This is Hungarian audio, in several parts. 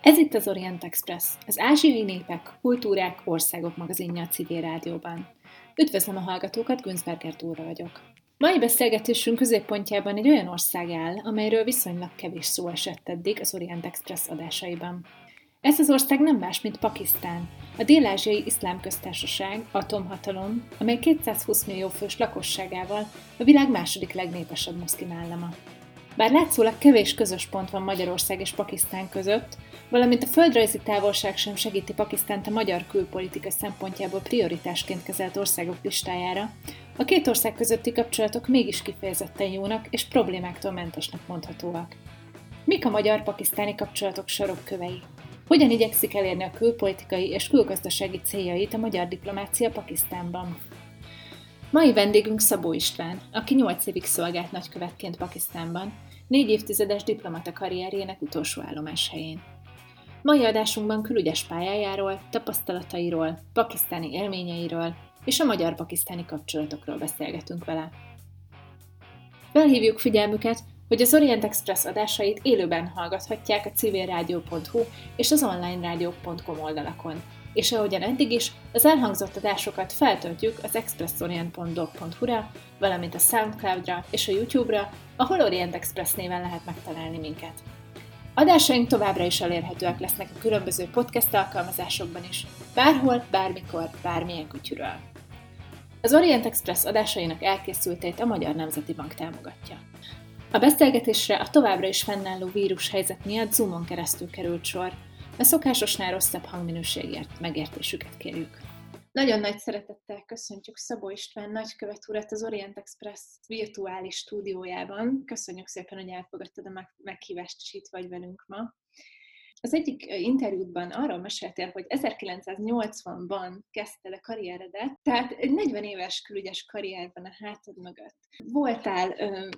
Ez itt az Orient Express, az ázsiai népek, kultúrák, országok magazinja a Civil Rádióban. Üdvözlöm a hallgatókat, Günzberger Dóra vagyok. Mai beszélgetésünk középpontjában egy olyan ország áll, amelyről viszonylag kevés szó esett eddig az Orient Express adásaiban. Ez az ország nem más, mint Pakisztán, a Dél-ázsiai Iszlám Köztársaság, atomhatalom, amely 220 millió fős lakosságával a világ második legnépesebb muszlim állama. Bár látszólag kevés közös pont van Magyarország és Pakisztán között, valamint a földrajzi távolság sem segíti Pakisztánt a magyar külpolitika szempontjából prioritásként kezelt országok listájára, a két ország közötti kapcsolatok mégis kifejezetten jónak és problémáktól mentesnek mondhatóak. Mik a magyar-pakisztáni kapcsolatok sarokkövei? Hogyan igyekszik elérni a külpolitikai és külgazdasági céljait a magyar diplomácia Pakisztánban? Mai vendégünk Szabó István, aki 8 évig szolgált nagykövetként Pakisztánban, 4 évtizedes diplomata karrierjének utolsó állomáshelyén. Mai adásunkban külügyes pályájáról, tapasztalatairól, pakisztáni élményeiről és a magyar-pakisztáni kapcsolatokról beszélgetünk vele. Felhívjuk figyelmüket, hogy az Orient Express adásait élőben hallgathatják a civilradio.hu és az onlinerádiók.com oldalakon, és ahogyan eddig is, az elhangzott adásokat feltöltjük az expressorient.blog.hu-ra, valamint a Soundcloud-ra és a YouTube-ra, ahol Orient Express néven lehet megtalálni minket. Adásaink továbbra is elérhetőek lesznek a különböző podcast alkalmazásokban is, bárhol, bármikor, bármilyen kütyűről. Az Orient Express adásainak elkészültét a Magyar Nemzeti Bank támogatja. A beszélgetésre a továbbra is fennálló vírushelyzet miatt Zoomon keresztül került sor, a szokásosnál rosszabb hangminőségért megértésüket kérjük. Nagyon nagy szeretettel köszöntjük Szabó István nagykövet urat az Orient Express virtuális stúdiójában. Köszönjük szépen, hogy elfogadtad a meghívást, és itt vagy velünk ma. Az egyik interjútban arról meséltél, hogy 1980-ban kezdted a karrieredet, tehát egy 40 éves külügyes karrierben a hátad mögött. Voltál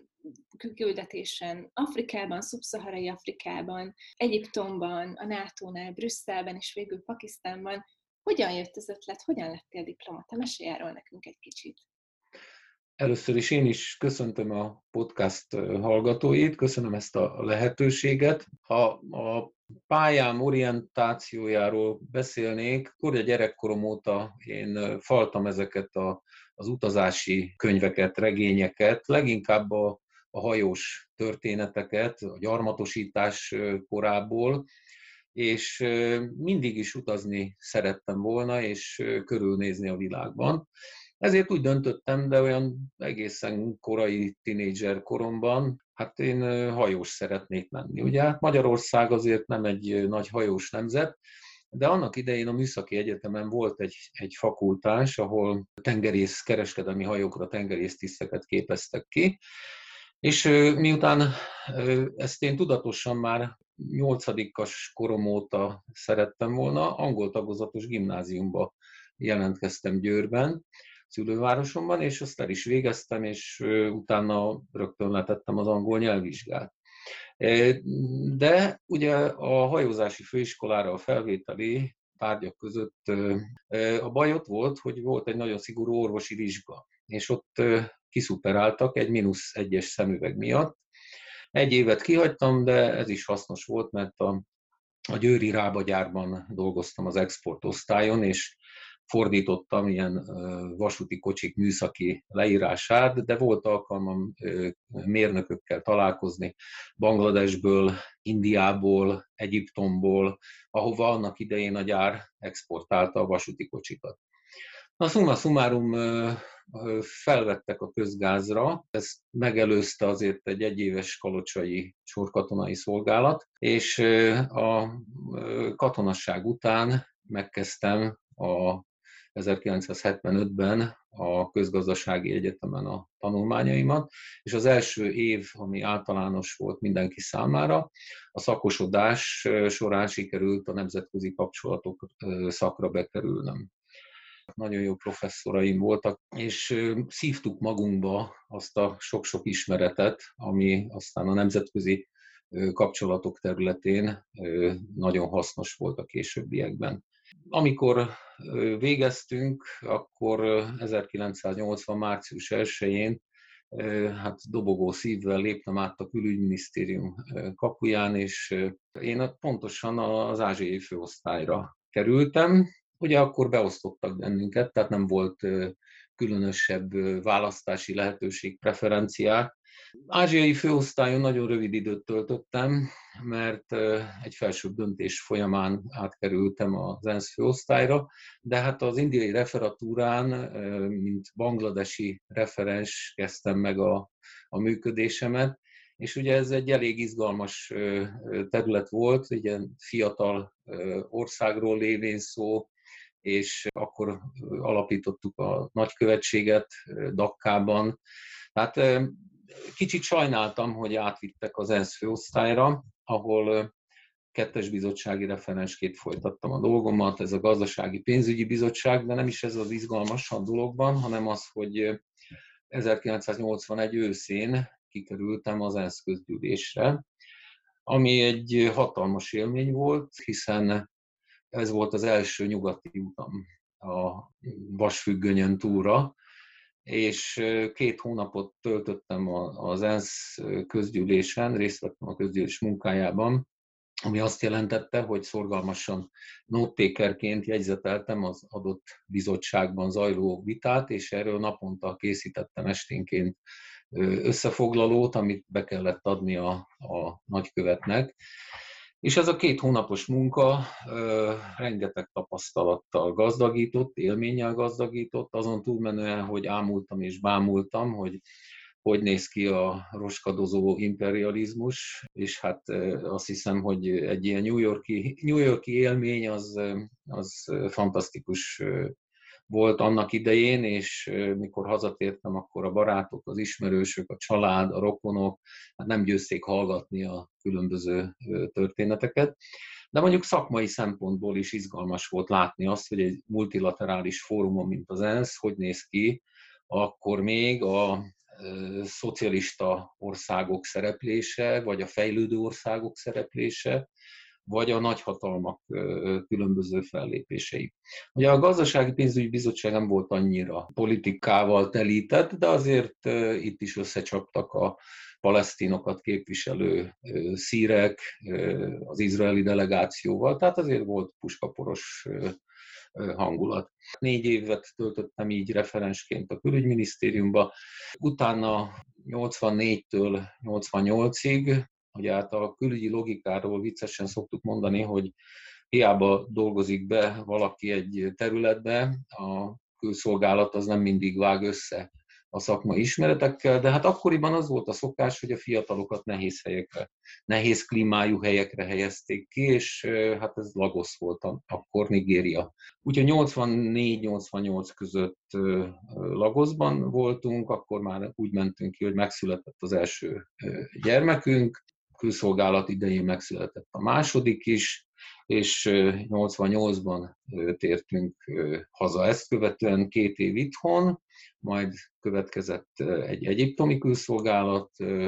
küldetésen Afrikában, szubszaharai Afrikában, Egyiptomban, a NATO-nál, Brüsszelben és végül Pakisztánban. Hogyan jött az ötlet, hogyan lettél diplomata? Mesélj erről nekünk egy kicsit. Először is én is köszöntöm a podcast hallgatóit, köszönöm ezt a lehetőséget. Ha a pályám orientációjáról beszélnék, akkor a gyerekkorom óta én faltam ezeket az utazási könyveket, regényeket, leginkább a hajós történeteket, a gyarmatosítás korából, és mindig is utazni szerettem volna, és körülnézni a világban. Ezért úgy döntöttem, de olyan egészen korai tinédzser koromban, hát én hajós szeretnék lenni. Ugye hát Magyarország azért nem egy nagy hajós nemzet, de annak idején a Műszaki Egyetemen volt egy fakultás, ahol kereskedelmi hajókra tengerésztiszteket képeztek ki, és miután ezt én tudatosan már 8-as korom óta szerettem volna, angol tagozatos gimnáziumba jelentkeztem Győrben, szülővárosomban, és azt el is végeztem, és utána rögtön letettem az angol nyelvvizsgát. De ugye a hajózási főiskolára a felvételi tárgyak között a baj ott volt, hogy volt egy nagyon szigorú orvosi vizsga, és ott kiszuperáltak egy -1-es szemüveg miatt. 1 évet kihagytam, de ez is hasznos volt, mert a győri Rába gyárban dolgoztam az exportosztályon, és fordítottam ilyen vasúti kocsik műszaki leírását, de volt alkalmam mérnökökkel találkozni Bangladesből, Indiából, Egyiptomból, ahova annak idején a gyár exportálta a vasúti kocsikat. Na, summa summarum felvettek a közgázra, ezt megelőzte azért egy 1 éves kalocsai sorkatonai szolgálat, és a katonasság után megkezdtem 1975-ben a Közgazdasági Egyetemen a tanulmányaimat, és az első év, ami általános volt mindenki számára, a szakosodás során sikerült a nemzetközi kapcsolatok szakra bekerülnöm. Nagyon jó professzoraim voltak, és szívtuk magunkba azt a sok-sok ismeretet, ami aztán a nemzetközi kapcsolatok területén nagyon hasznos volt a későbbiekben. Amikor végeztünk, akkor 1980. március 1-én hát dobogó szívvel léptem át a külügyminisztérium kapuján, és én pontosan az ázsiai főosztályra kerültem. Ugye akkor beosztottak bennünket, tehát nem volt különösebb választási lehetőség, preferenciák. Ázsiai főosztályon nagyon rövid időt töltöttem, mert egy felsőbb döntés folyamán átkerültem az ENSZ főosztályra, de hát az indiai referatúrán, mint bangladesi referens kezdtem meg a működésemet, és ugye ez egy elég izgalmas terület volt, ugye fiatal országról lévén szó, és akkor alapítottuk a nagykövetséget Dakkában. Tehát kicsit sajnáltam, hogy átvittek az ENSZ főosztályra, ahol kettes bizottsági referensként folytattam a dolgomat, ez a gazdasági pénzügyi bizottság, de nem is ez az izgalmas a dologban, hanem az, hogy 1981 őszén kikerültem az ENSZ közgyűlésre, ami egy hatalmas élmény volt, hiszen ez volt az első nyugati utam a vasfüggönyön túlra, és 2 hónapot töltöttem az ENSZ közgyűlésen, részt vettem a közgyűlés munkájában, ami azt jelentette, hogy szorgalmasan note-takerként jegyzeteltem az adott bizottságban zajló vitát, és erről naponta készítettem esténként összefoglalót, amit be kellett adni a nagykövetnek. És ez a 2 hónapos munka rengeteg tapasztalattal gazdagított, élménnyel gazdagított, azon túlmenően, hogy ámultam és bámultam, hogy néz ki a roskadozó imperializmus, és hát azt hiszem, hogy egy ilyen New Yorki élmény az fantasztikus volt annak idején, és mikor hazatértem, akkor a barátok, az ismerősök, a család, a rokonok hát nem győzték hallgatni a különböző történeteket. De mondjuk szakmai szempontból is izgalmas volt látni azt, hogy egy multilaterális fórumon, mint az ENSZ, hogy néz ki akkor még a szocialista országok szereplése, vagy a fejlődő országok szereplése, vagy a nagyhatalmak különböző fellépései. Ugye a Gazdasági Pénzügyi Bizottság nem volt annyira politikával telített, de azért itt is összecsaptak a palesztinokat képviselő szírek az izraeli delegációval, tehát azért volt puskaporos hangulat. 4 évet töltöttem így referensként a külügyminisztériumba, utána 84-től 88-ig, ugye hát a külügyi logikáról viccesen szoktuk mondani, hogy hiába dolgozik be valaki egy területbe, a külszolgálat az nem mindig vág össze a szakmai ismeretekkel, de hát akkoriban az volt a szokás, hogy a fiatalokat nehéz klímájú helyekre helyezték ki, és hát ez Lagos volt akkor Nigéria. Úgyhogy 84-88 között Lagosban voltunk, akkor már úgy mentünk ki, hogy megszületett az első gyermekünk, külszolgálat idején megszületett a második is, és 88-ban tértünk haza. Ezt követően 2 év itthon, majd következett egy egyiptomi külszolgálat,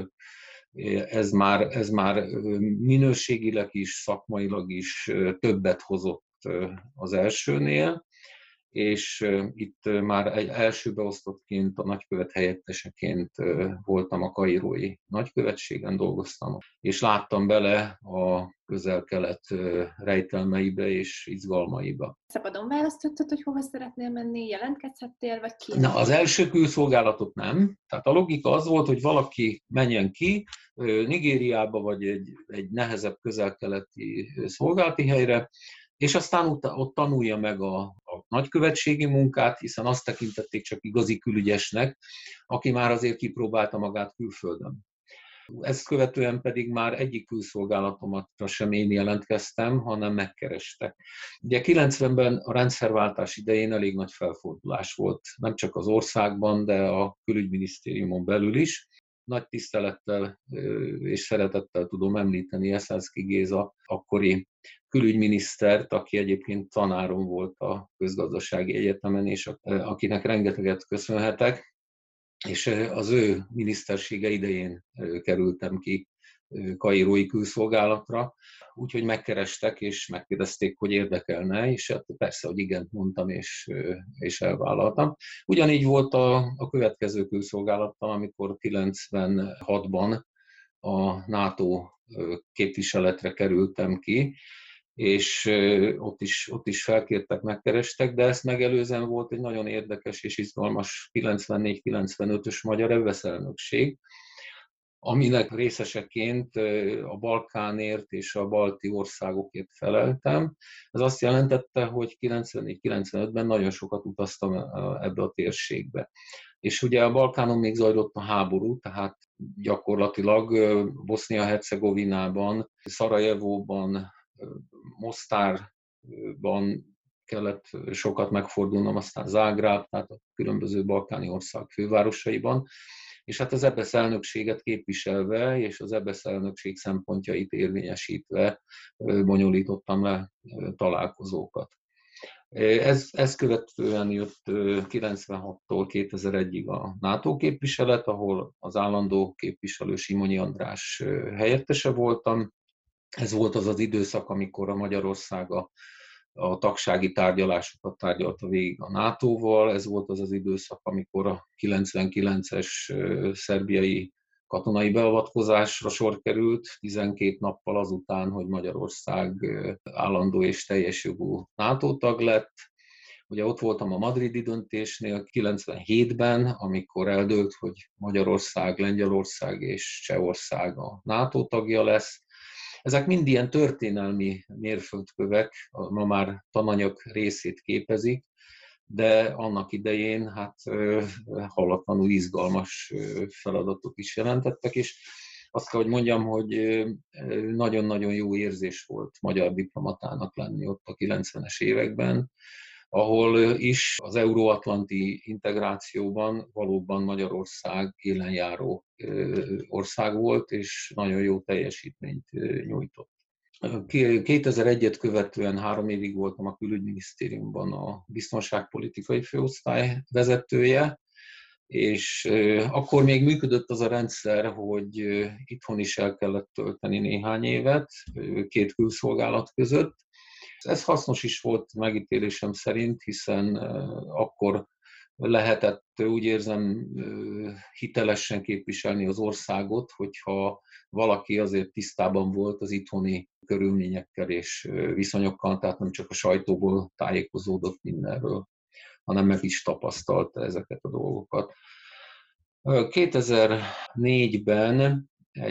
ez már minőségileg is, szakmailag is többet hozott az elsőnél, és itt már egy első beosztottként, a nagykövet helyetteseként voltam a kairói nagykövetségen, dolgoztam, és láttam bele a Közel-Kelet rejtelmeibe és izgalmaiba. Szabadon választottad, hogy hova szeretnél menni, jelentkezhettél, vagy ki? Na, az első külszolgálatot nem. Tehát a logika az volt, hogy valaki menjen ki Nigériába, vagy egy nehezebb közel-keleti szolgálati helyre, és aztán ott tanulja meg a nagykövetségi munkát, hiszen azt tekintették csak igazi külügyesnek, aki már azért kipróbálta magát külföldön. Ezt követően pedig már egyik külszolgálatomatra sem én jelentkeztem, hanem megkerestek. Ugye 90-ben a rendszerváltás idején elég nagy felfordulás volt, nem csak az országban, de a külügyminisztériumon belül is. Nagy tisztelettel és szeretettel tudom említeni Eszelszky Géza akkori külügyminisztert, aki egyébként tanárom volt a Közgazdasági Egyetemen, és akinek rengeteget köszönhetek, és az ő minisztersége idején kerültem ki kairói külszolgálatra, úgyhogy megkerestek és megkérdezték, hogy érdekelne, és hát persze, hogy igent mondtam, és elvállaltam. Ugyanígy volt a következő külszolgálattal, amikor 96-ban a NATO képviseletre kerültem ki, és ott is felkértek, megkerestek, de ezt megelőzően volt egy nagyon érdekes és izgalmas 94-95-ös magyar EBESZ elnökség, aminek részeseként a Balkánért és a balti országokért feleltem. Ez azt jelentette, hogy 94-95-ben nagyon sokat utaztam ebbe a térségbe. És ugye a Balkánon még zajlott a háború, tehát gyakorlatilag Bosznia-Hercegovinában, Szarajevóban, Mostárban kellett sokat megfordulnom, aztán Zágráb, tehát a különböző balkáni ország fővárosaiban. És hát az EBESZ elnökséget képviselve, és az EBESZ elnökség szempontjait érvényesítve bonyolítottam le találkozókat. Ez követően jött 96-tól 2001-ig a NATO képviselet, ahol az állandó képviselő Simonyi András helyettese voltam. Ez volt az az időszak, amikor a Magyarország a tagsági tárgyalásokat tárgyalta végig a NATO-val. Ez volt az az időszak, amikor a 99-es szerbiai katonai beavatkozásra sor került, 12 nappal azután, hogy Magyarország állandó és teljes jogú NATO tag lett. Ugye ott voltam a madridi döntésnél 97-ben, amikor eldőlt, hogy Magyarország, Lengyelország és Csehország a NATO tagja lesz. Ezek mind ilyen történelmi mérföldkövek, ma már tananyag részét képezik, de annak idején hát hallatlanul izgalmas feladatot is jelentettek, és azt kell, hogy mondjam, hogy nagyon-nagyon jó érzés volt magyar diplomatának lenni ott a 90-es években, ahol is az euróatlanti integrációban valóban Magyarország élenjáró ország volt, és nagyon jó teljesítményt nyújtott. 2001-et követően 3 évig voltam a külügyminisztériumban a biztonságpolitikai főosztály vezetője, és akkor még működött az a rendszer, hogy itthon is el kellett tölteni néhány évet, 2 külszolgálat között. Ez hasznos is volt megítélésem szerint, hiszen akkor lehetett, úgy érzem, hitelesen képviselni az országot, hogyha valaki azért tisztában volt az itthoni körülményekkel és viszonyokkal, tehát nem csak a sajtóból tájékozódott mindenről, hanem meg is tapasztalta ezeket a dolgokat. 2004-ben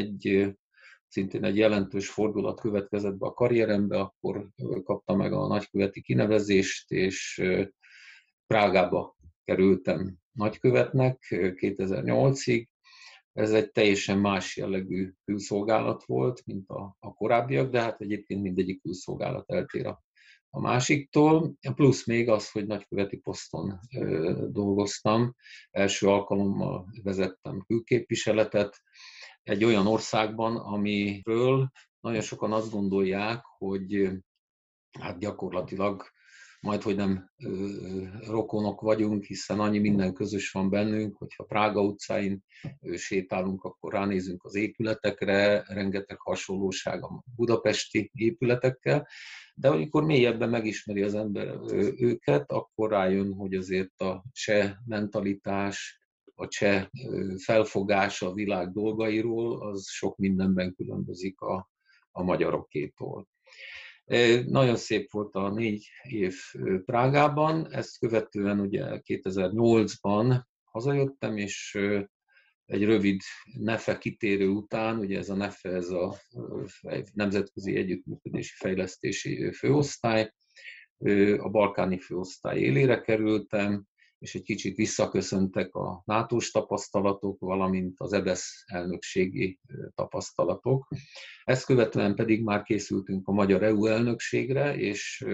szintén egy jelentős fordulat következett be a karrierembe, akkor kaptam meg a nagyköveti kinevezést, és Prágába kerültem nagykövetnek 2008-ig. Ez egy teljesen más jellegű külszolgálat volt, mint a korábbiak, de hát egyébként mindegyik külszolgálat eltér a másiktól. Plusz még az, hogy nagyköveti poszton dolgoztam. Első alkalommal vezettem külképviseletet egy olyan országban, amiről nagyon sokan azt gondolják, hogy hát gyakorlatilag majdhogy nem rokonok vagyunk, hiszen annyi minden közös van bennünk, hogyha Prága utcáin sétálunk, akkor ránézünk az épületekre, rengeteg hasonlóság a budapesti épületekkel, de amikor mélyebben megismeri az ember őket, akkor rájön, hogy azért a cseh mentalitás, a cseh felfogás a világ dolgairól, az sok mindenben különbözik a magyarokétól. Nagyon szép volt a 4 év Prágában, ezt követően ugye 2008-ban hazajöttem, és egy rövid NEFE kitérő után, ugye ez a NEFE, ez a Nemzetközi Együttműködési Fejlesztési Főosztály, a balkáni főosztály élére kerültem, és egy kicsit visszaköszöntek a NATO-s tapasztalatok, valamint az EBESZ elnökségi tapasztalatok. Ezt követően pedig már készültünk a magyar EU elnökségre, és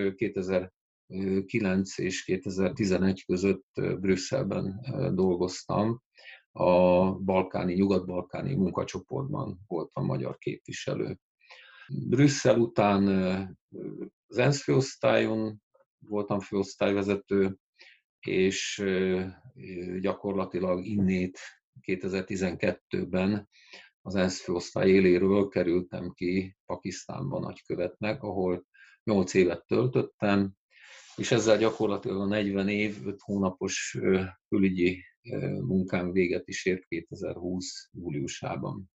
2009 és 2011 között Brüsszelben dolgoztam. A nyugat-balkáni munkacsoportban voltam magyar képviselő. Brüsszel után az ENSZ főosztályon voltam főosztályvezető, és gyakorlatilag innét 2012-ben az ENSZ főosztály éléről kerültem ki Pakisztánba nagykövetnek, ahol 8 évet töltöttem, és ezzel gyakorlatilag a 40 év, 5 hónapos külügyi munkám véget is ért 2020. júliusában.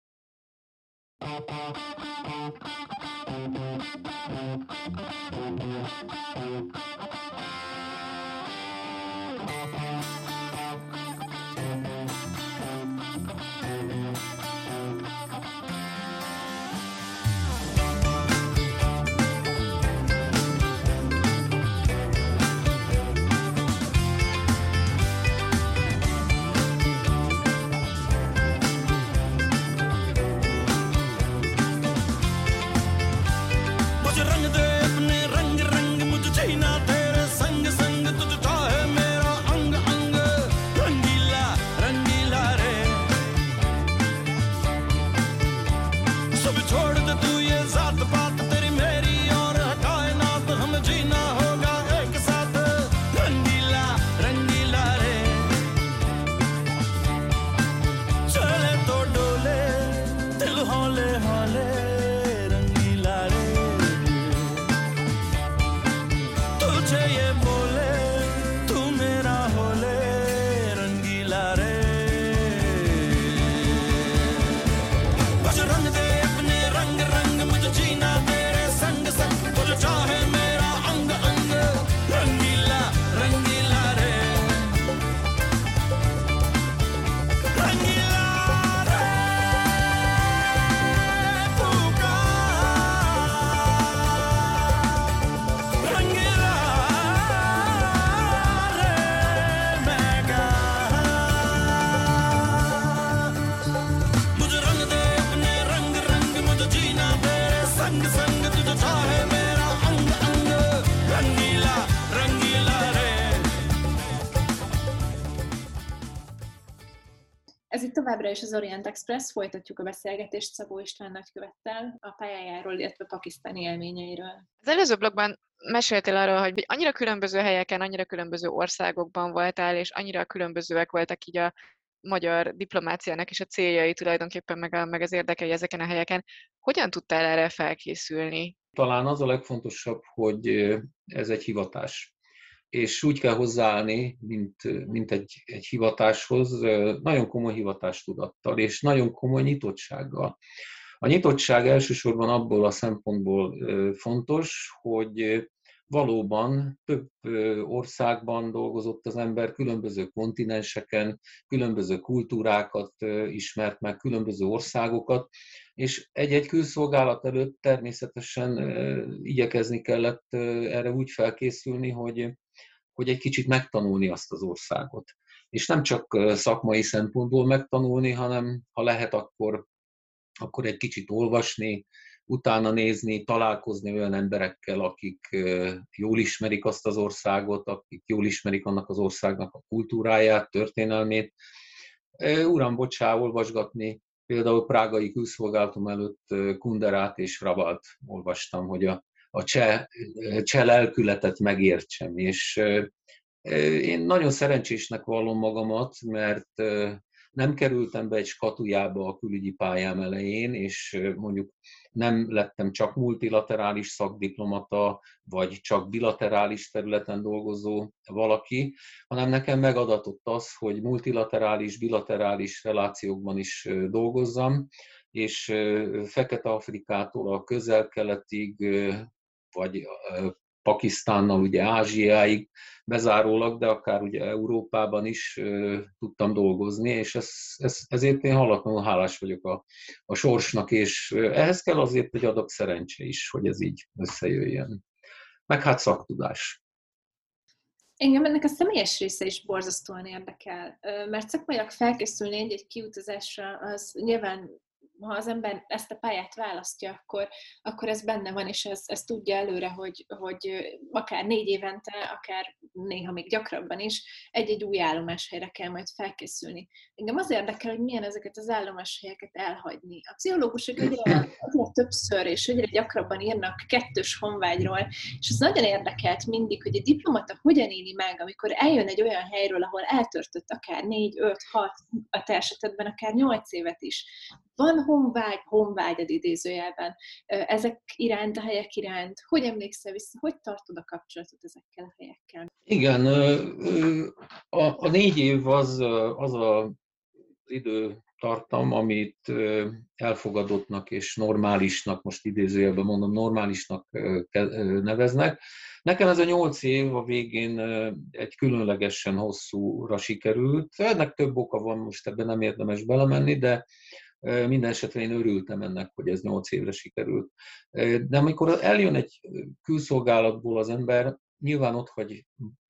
Ez itt továbbra is az Orient Express, folytatjuk a beszélgetést Szabó István nagykövettel a pályájáról, illetve pakisztáni élményeiről. Az előző blogban meséltél arról, hogy annyira különböző helyeken, annyira különböző országokban voltál, és annyira különbözőek voltak így a magyar diplomáciának és a céljai tulajdonképpen, meg az érdekei ezeken a helyeken. Hogyan tudtál erre felkészülni? Talán az a legfontosabb, hogy ez egy hivatás. És úgy kell hozzáállni, mint egy hivatáshoz, nagyon komoly hivatástudattal, és nagyon komoly nyitottsággal. A nyitottság elsősorban abból a szempontból fontos, hogy valóban több országban dolgozott az ember, különböző kontinenseken, különböző kultúrákat ismert meg, különböző országokat, és egy-egy külszolgálat előtt természetesen igyekezni kellett erre úgy felkészülni, hogy egy kicsit megtanulni azt az országot. És nem csak szakmai szempontból megtanulni, hanem ha lehet, akkor egy kicsit olvasni, utána nézni, találkozni olyan emberekkel, akik jól ismerik azt az országot, akik jól ismerik annak az országnak a kultúráját, történelmét. Uram, bocsá, olvasgatni. Például prágai külszolgálatom előtt Kunderát és Rabalt olvastam, hogy a cseh lelkületet megértsem. És én nagyon szerencsésnek vallom magamat, mert nem kerültem be egy skatujába a külügyi pályám elején, és mondjuk nem lettem csak multilaterális szakdiplomata, vagy csak bilaterális területen dolgozó valaki, hanem nekem megadatott az, hogy multilaterális, bilaterális relációkban is dolgozzam, és Fekete-Afrikától a Közel-Keletig, vagy Pakisztánnal ugye Ázsiáig bezárólag, de akár ugye Európában is tudtam dolgozni, és ezért én hallatlanul hálás vagyok a sorsnak, és ehhez kell azért egy adag szerencse is, hogy ez így összejöjjön. Meg hát szaktudás. Engem ennek a személyes része is borzasztóan érdekel, mert szakmailag felkészülni egy kiutazásra, az nyilván, ha az ember ezt a pályát választja, akkor ez benne van, és ez tudja előre, hogy akár 4 évente, akár néha még gyakrabban is egy-egy új állomáshelyre kell majd felkészülni. Engem az érdekel, hogy milyen ezeket az állomáshelyeket elhagyni. A pszichológusok egyre többször és egyre gyakrabban írnak 2-s honvágyról, és az nagyon érdekelt mindig, hogy a diplomata hogyan éli meg, amikor eljön egy olyan helyről, ahol eltöltött akár 4, 5, 6, a te esetedben akár 8 évet is. van honvágyad idézőjelben ezek iránt, a helyek iránt? Hogy emlékszel vissza, hogy tartod a kapcsolatot ezekkel a helyekkel? Igen, a 4 év az az időtartam, amit elfogadottnak és normálisnak, most idézőjelben mondom, normálisnak neveznek. Nekem ez a 8 év a végén egy különlegesen hosszúra sikerült. Ennek több oka van, most ebben nem érdemes belemenni, de minden esetre én örültem ennek, hogy ez 8 évre sikerült. De amikor eljön egy külszolgálatból az ember, nyilván ott hagy,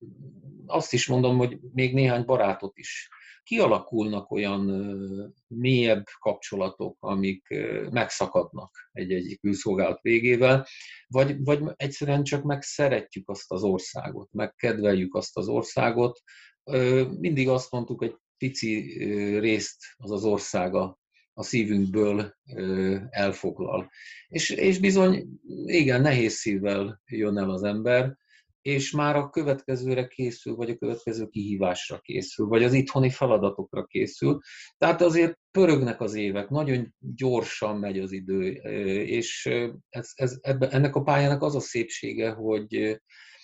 azt is mondom, hogy még néhány barátot is. Kialakulnak olyan mélyebb kapcsolatok, amik megszakadnak egy külszolgálat végével, vagy egyszerűen csak megszeretjük azt az országot, megkedveljük azt az országot. Mindig azt mondtuk, egy pici részt az országa a szívünkből elfoglal. És bizony, igen, nehéz szívvel jön el az ember, és már a következőre készül, vagy a következő kihívásra készül, vagy az itthoni feladatokra készül. Tehát azért pörögnek az évek, nagyon gyorsan megy az idő, és ennek a pályának az a szépsége, hogy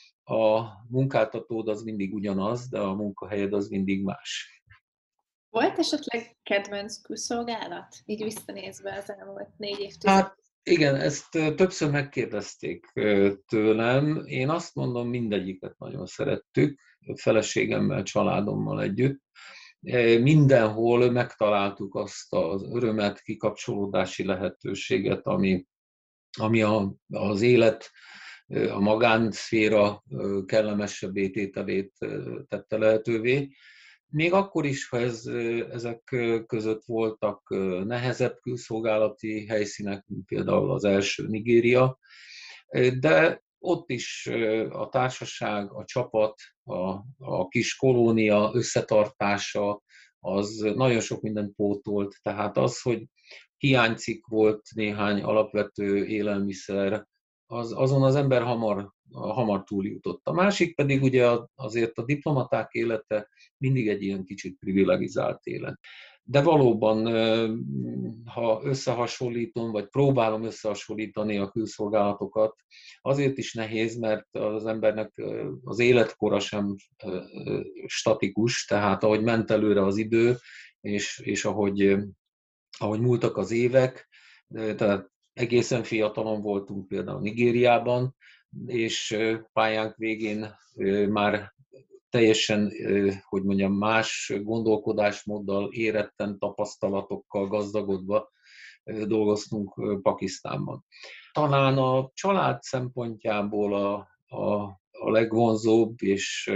a munkáltatód az mindig ugyanaz, de a munkahelyed az mindig más. Volt esetleg kedvenc külszolgálat? Így visszanézve az elmúlt 4 évtized. Hát igen, ezt többször megkérdezték tőlem. Én azt mondom, mindegyiket nagyon szerettük, feleségemmel, családommal együtt. Mindenhol megtaláltuk azt az örömet, kikapcsolódási lehetőséget, ami az élet, a magánszféra kellemesebb étételét tette lehetővé. Még akkor is, ha ezek között voltak nehezebb külszolgálati helyszínek, mint például az első Nigéria, de ott is a társaság, a csapat, a kis kolónia összetartása, az nagyon sok mindent pótolt. Tehát az, hogy hiánycikk volt néhány alapvető élelmiszer, azon az ember hamar túljutott. A másik pedig ugye azért a diplomaták élete mindig egy ilyen kicsit privilegizált élet. De valóban, ha összehasonlítom, vagy próbálom összehasonlítani a külszolgálatokat, azért is nehéz, mert az embernek az életkora sem statikus, tehát ahogy ment előre az idő, és ahogy múltak az évek, tehát egészen fiatalon voltunk például Nigériában, és pályánk végén már teljesen, hogy mondjam, más gondolkodásmóddal, éretten tapasztalatokkal gazdagodva dolgoztunk Pakisztánban. Talán a család szempontjából a legvonzóbb és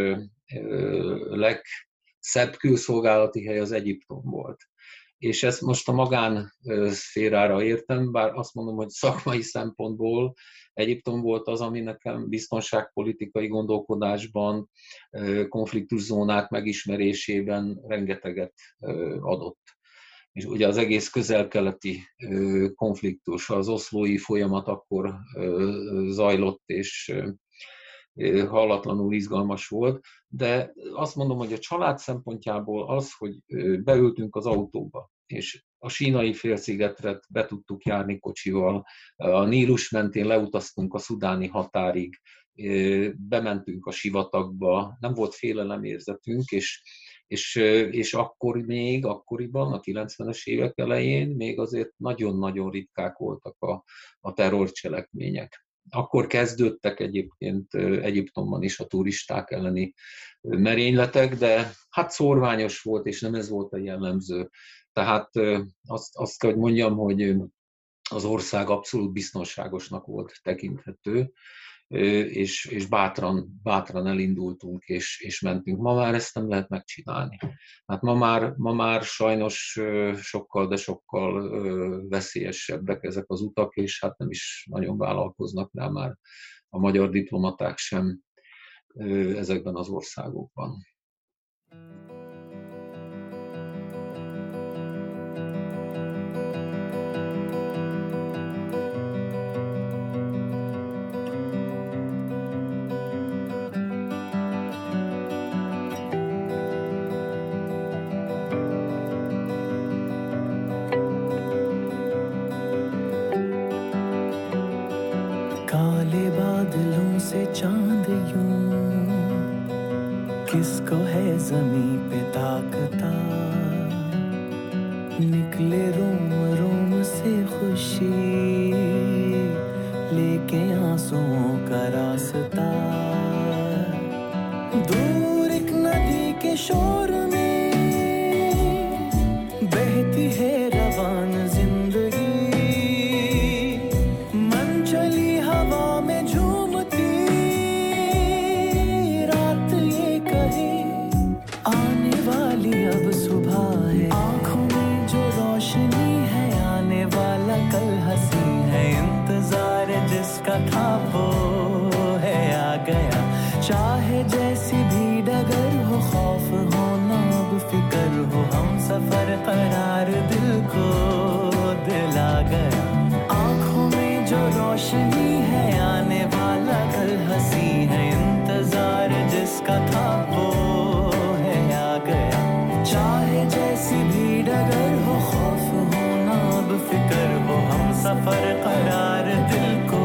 legszebb külszolgálati hely az Egyiptom volt. És ezt most a magánszférára értem, bár azt mondom, hogy szakmai szempontból Egyiptom volt az, ami nekem biztonságpolitikai gondolkodásban, konfliktuszónák megismerésében rengeteget adott. És ugye az egész közel-keleti konfliktus, az oszlói folyamat akkor zajlott, és hallatlanul izgalmas volt, de azt mondom, hogy a család szempontjából az, hogy beültünk az autóba, és a Sínai félszigetre be tudtuk járni kocsival, a Nílus mentén leutaztunk a szudáni határig, bementünk a sivatagba, nem volt félelemérzetünk, és akkoriban, a 90-es évek elején még azért nagyon-nagyon ritkák voltak a terrorcselekmények. Akkor kezdődtek egyébként Egyiptomban is a turisták elleni merényletek, de hát szórványos volt, és nem ez volt a jellemző. Tehát azt kell, hogy mondjam, hogy az ország abszolút biztonságosnak volt tekinthető, és bátran elindultunk, és mentünk. Ma már ezt nem lehet megcsinálni. Hát ma már sajnos sokkal, de sokkal veszélyesebbek ezek az utak, és hát nem is nagyon vállalkoznak rá már a magyar diplomaták sem ezekben az országokban. को है ज़मीं पे ताकता, निकले रोम रोम से खुशी, लेके आंसुओं का रास्ता। दूर एक नदी के शोर में बहती है रवान जिंदगी, मन चली हवा में झूमती, रात ये कहे आने वाली अब सुबह है। आँखों में जो रोशनी है, आने वाला कल हंसी है, इंतजार जिसका था वो है आ गया। चाहे जैसी भी डगर हो, खौफ हो ना अब फिकर हो, हम सफर करार दिल को दिला गया। आँखों में जो रोशनी है, आने वाला कल हंसी है, इंतजार जिसका था वो है आ गया। चाहे जैसी भी डगर हो, खौफ हो ना अब फिकर हो, हम सफर करार दिल को।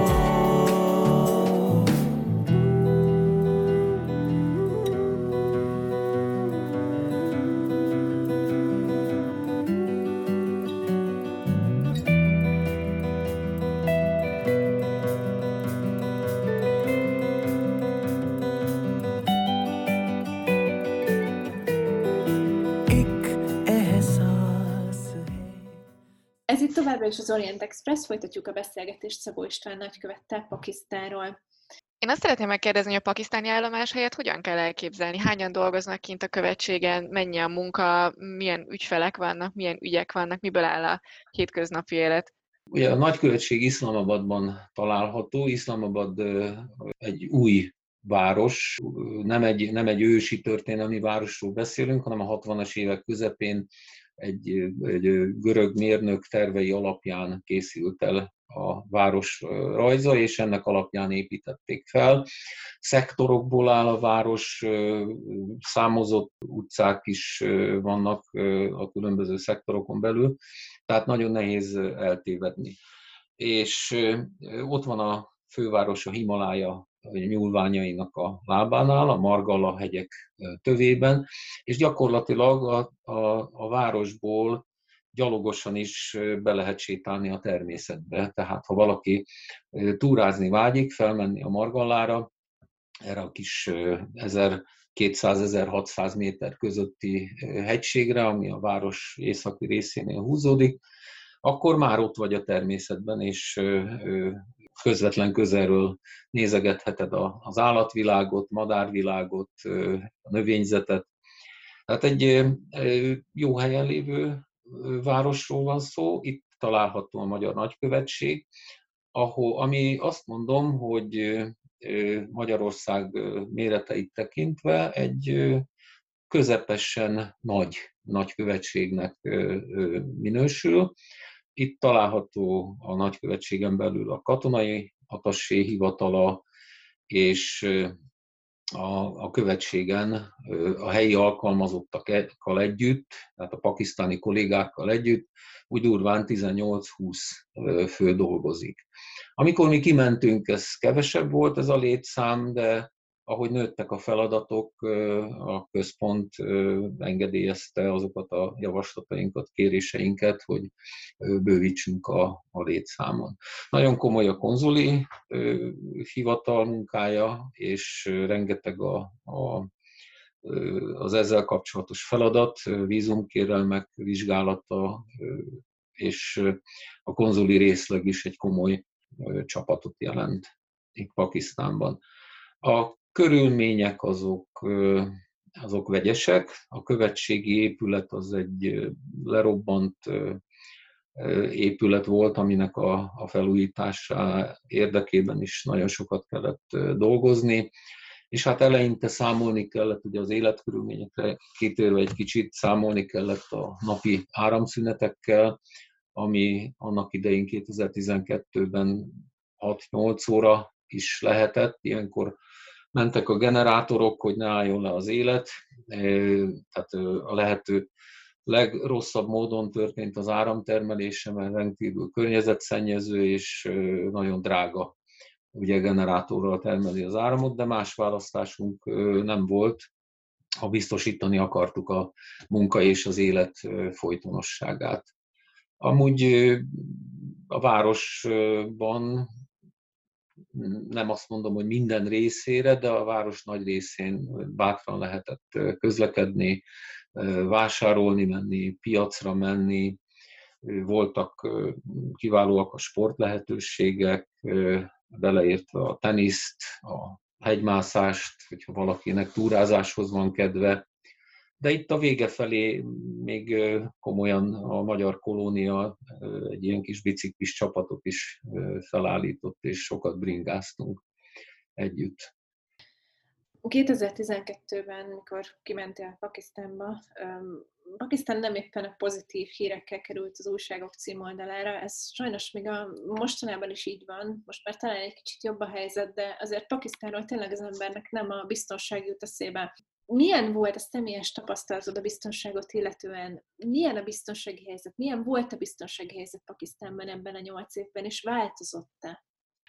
Ez itt továbbra is az Orient Express, folytatjuk a beszélgetést Szabó István nagykövettel Pakisztánról. Én azt szeretném megkérdezni, hogy a pakisztáni állomás helyett hogyan kell elképzelni? Hányan dolgoznak kint a követségen, mennyi a munka, milyen ügyfelek vannak, milyen ügyek vannak, miből áll a hétköznapi élet? Ugye a nagykövetség Iszlamabadban található. Iszlamabad egy új város, nem egy ősi történelmi városról beszélünk, hanem a 60-as évek közepén egy görög mérnök tervei alapján készült el a város rajza, és ennek alapján építették fel. Szektorokból áll a város, számozott utcák is vannak a különböző szektorokon belül, tehát nagyon nehéz eltévedni. És ott van a főváros a Himalája nyúlványainak a lábánál, a Margalla hegyek tövében, és gyakorlatilag a városból gyalogosan is be lehet sétálni a természetbe. Tehát ha valaki túrázni vágyik, felmenni a Margallára, erre a kis 1200-1600 méter közötti hegységre, ami a város északi részénél húzódik, akkor már ott vagy a természetben, és közvetlen közelről nézegetheted az állatvilágot, madárvilágot, a növényzetet. Tehát egy jó helyen lévő városról van szó, itt található a Magyar Nagykövetség, ami azt mondom, hogy Magyarország méreteit tekintve egy közepesen nagy nagykövetségnek minősül. Itt található a nagykövetségen belül a katonai atassé hivatala, és a követségen a helyi alkalmazottakkal együtt, tehát a pakisztáni kollégákkal együtt, úgy durván 18-20 fő dolgozik. Amikor mi kimentünk, ez kevesebb volt ez a létszám, de ahogy nőttek a feladatok, a központ engedélyezte azokat a javaslatainkat, kéréseinket, hogy bővítsünk a létszámon. Nagyon komoly a konzuli hivatal munkája, és rengeteg az ezzel kapcsolatos feladat, vízumkérelmek vizsgálata, és a konzuli részleg is egy komoly csapatot jelent itt Pakisztánban. A körülmények azok vegyesek. A követségi épület az egy lerobbant épület volt, aminek a felújítása érdekében is nagyon sokat kellett dolgozni. És hát eleinte számolni kellett, ugye az életkörülményekre kitérve egy kicsit, számolni kellett a napi áramszünetekkel, ami annak idején 2012-ben 6-8 óra is lehetett. Ilyenkor mentek a generátorok, hogy ne álljon le az élet. Tehát a lehető legrosszabb módon történt az áramtermelése, mert rendkívül környezetszennyező és nagyon drága ugye generátorral termeli az áramot, de más választásunk nem volt. ha biztosítani akartuk a munka és az élet folytonosságát. Amúgy a városban nem azt mondom, hogy minden részére, de a város nagy részén bátran lehetett közlekedni, vásárolni menni, piacra menni, voltak kiválóak a sportlehetőségek, beleértve a teniszt, a hegymászást, hogyha valakinek túrázáshoz van kedve. De itt a vége felé még komolyan a magyar kolónia egy ilyen kis biciklis csapatot is felállított, és sokat bringáztunk együtt. 2012-ben, mikor kimentél Pakisztánba, Pakisztán nem éppen a pozitív hírekkel került az újságok címoldalára, ez sajnos még a mostanában is így van, most már talán egy kicsit jobb a helyzet, de azért Pakisztánról tényleg az embernek nem a biztonság jut eszébe. Milyen volt a személyes tapasztalatod a biztonságot illetően? Milyen a biztonsági helyzet? Milyen volt a biztonsági helyzet Pakisztánban ebben a 8 évben, és változott-e?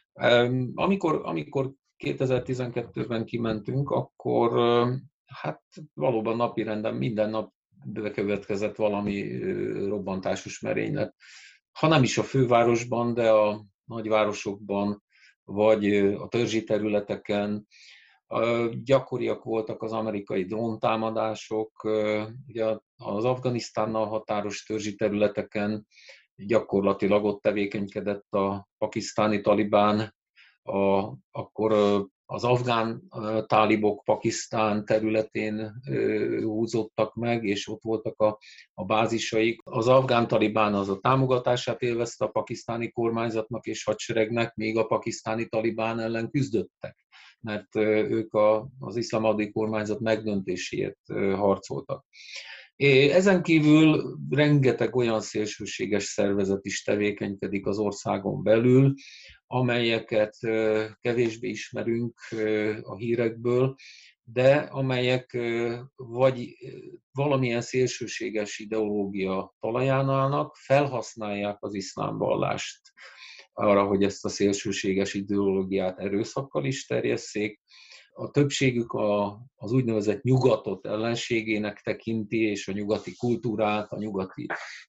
Amikor 2012-ben kimentünk, akkor hát valóban napirenden minden nap bekövetkezett valami robbantásos merénylet. Ha nem is a fővárosban, de a nagyvárosokban, vagy a törzsi területeken. Gyakoriak voltak az amerikai dróntámadások, ugye az Afganisztánnal határos törzsi területeken gyakorlatilag ott tevékenykedett a pakisztáni talibán, akkor az afgán tálibok Pakisztán területén húzódtak meg, és ott voltak a bázisaik. Az afgán talibán az a támogatását élvezte a pakisztáni kormányzatnak és hadseregnek, még a pakisztáni talibán ellen küzdöttek, mert ők az iszlamabadi kormányzat megdöntéséért harcoltak. Ezen kívül rengeteg olyan szélsőséges szervezet is tevékenykedik az országon belül, amelyeket kevésbé ismerünk a hírekből, de amelyek vagy valamilyen szélsőséges ideológia talaján állnak, felhasználják az iszlám vallást arra, hogy ezt a szélsőséges ideológiát erőszakkal is terjesszék. A többségük az úgynevezett nyugatot ellenségének tekinti, és a nyugati kultúrát, a nyugati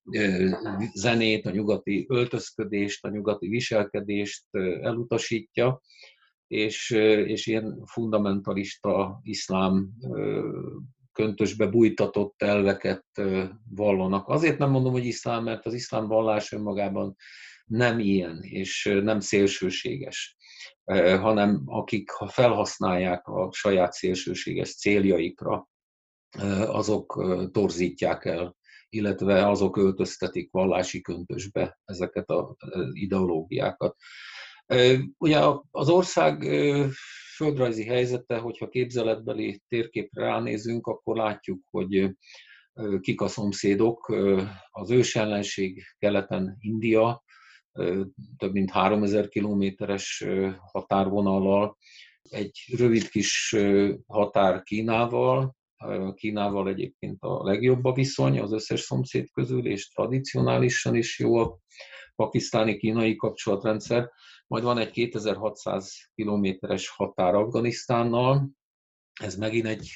zenét, a nyugati öltözködést, a nyugati viselkedést elutasítja, és ilyen fundamentalista iszlám köntösbe bújtatott elveket vallanak. Azért nem mondom, hogy iszlám, mert az iszlám vallás önmagában nem ilyen, és nem szélsőséges, hanem akik felhasználják a saját szélsőséges céljaikra, azok torzítják el, illetve azok öltöztetik vallási köntösbe ezeket az ideológiákat. Ugye az ország földrajzi helyzete, hogyha képzeletbeli térképre ránézünk, akkor látjuk, hogy kik a szomszédok. Az ősellenség keleten India, több mint 3000 kilométeres határvonallal, egy rövid kis határ Kínával. Kínával egyébként a legjobb a viszony az összes szomszéd közül, és tradicionálisan is jó a pakisztáni-kínai kapcsolatrendszer. Majd van egy 2600 kilométeres határ Afganisztánnal, ez megint egy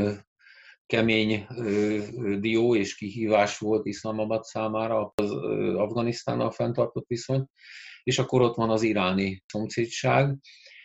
kemény dió és kihívás volt Iszlamabad számára az Afganisztánnal fenntartott viszony, és akkor ott van az iráni szomszédság,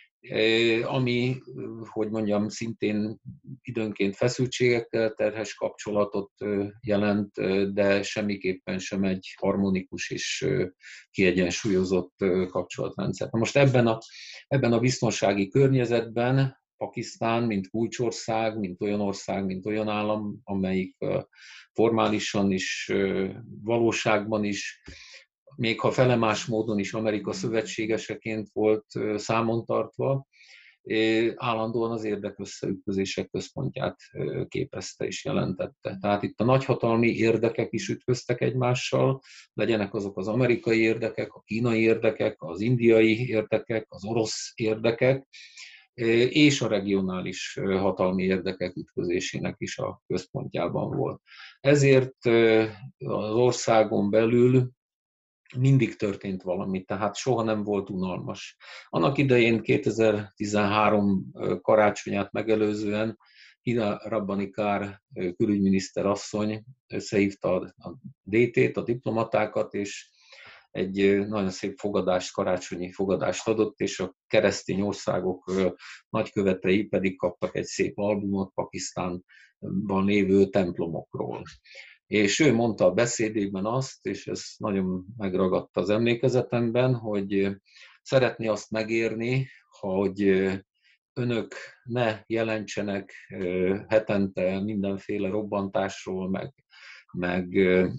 ami, hogy mondjam, szintén időnként feszültségekkel terhes kapcsolatot jelent, de semmiképpen sem egy harmonikus és kiegyensúlyozott kapcsolatrendszer. Most ebben a biztonsági környezetben Pakisztán, mint kulcsország, mint olyan állam, amelyik formálisan is, valóságban is, még ha felemás módon is Amerika szövetségeseként volt számon tartva, állandóan az érdekösszeütközések központját képezte és jelentette. Tehát itt a nagyhatalmi érdekek is ütköztek egymással, legyenek azok az amerikai érdekek, a kínai érdekek, az indiai érdekek, az orosz érdekek, és a regionális hatalmi érdekek ütközésének is a központjában volt. Ezért az országon belül mindig történt valami, tehát soha nem volt unalmas. Annak idején 2013 karácsonyát megelőzően Hina Rabbani Kár külügyminiszter asszony összehívta a DT-t, a diplomatákat, és egy nagyon szép fogadást, karácsonyi fogadást adott, és a keresztény országok nagykövetei pedig kaptak egy szép albumot Pakisztánban lévő templomokról. És ő mondta a beszédében azt, és ez nagyon megragadta az emlékezetemben, hogy szeretné azt megérni, hogy önök ne jelentsenek hetente mindenféle robbantásról, meg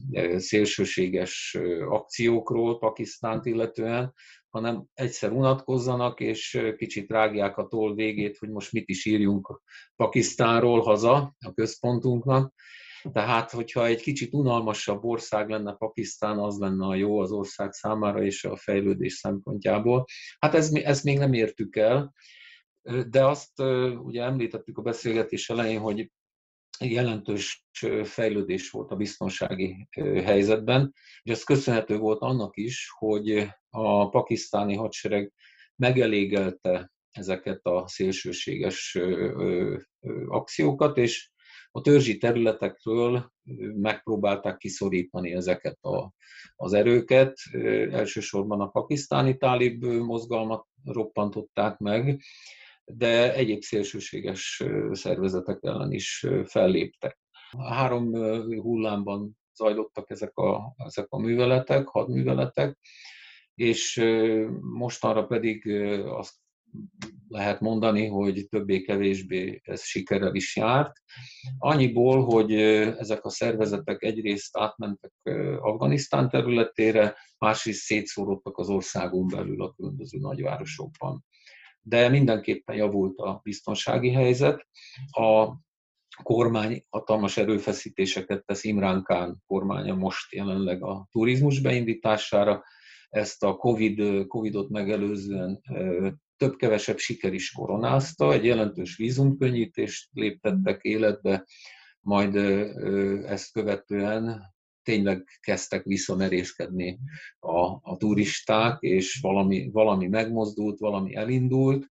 szélsőséges akciókról Pakisztánt illetően, hanem egyszer unatkozzanak, és kicsit rágják a toll végét, hogy most mit is írjunk Pakisztánról haza, a központunknak. Tehát, hogyha egy kicsit unalmasabb ország lenne Pakisztán, az lenne a jó az ország számára és a fejlődés szempontjából. Hát ezt még nem értük el, de azt ugye említettük a beszélgetés elején, hogy jelentős fejlődés volt a biztonsági helyzetben, és ez köszönhető volt annak is, hogy a pakisztáni hadsereg megelégelte ezeket a szélsőséges akciókat, és a törzsi területekről megpróbálták kiszorítani ezeket az erőket. Elsősorban a pakisztáni tálib mozgalmat roppantották meg, de egyéb szélsőséges szervezetek ellen is felléptek. 3 hullámban zajlottak ezek a műveletek, hadműveletek, és mostanra pedig azt lehet mondani, hogy többé-kevésbé ez sikerrel is járt. Annyiból, hogy ezek a szervezetek egyrészt átmentek Afganisztán területére, másrészt szétszórodtak az országon belül a különböző nagyvárosokban. De mindenképpen javult a biztonsági helyzet. A kormány hatalmas erőfeszítéseket tesz, Imrán Khan kormánya most jelenleg a turizmus beindítására. Ezt a Covidot megelőzően több-kevesebb siker is koronázta, egy jelentős vízumkönnyítést léptettek életbe, majd ezt követően tényleg kezdtek visszamerészkedni a turisták, és valami megmozdult, valami elindult.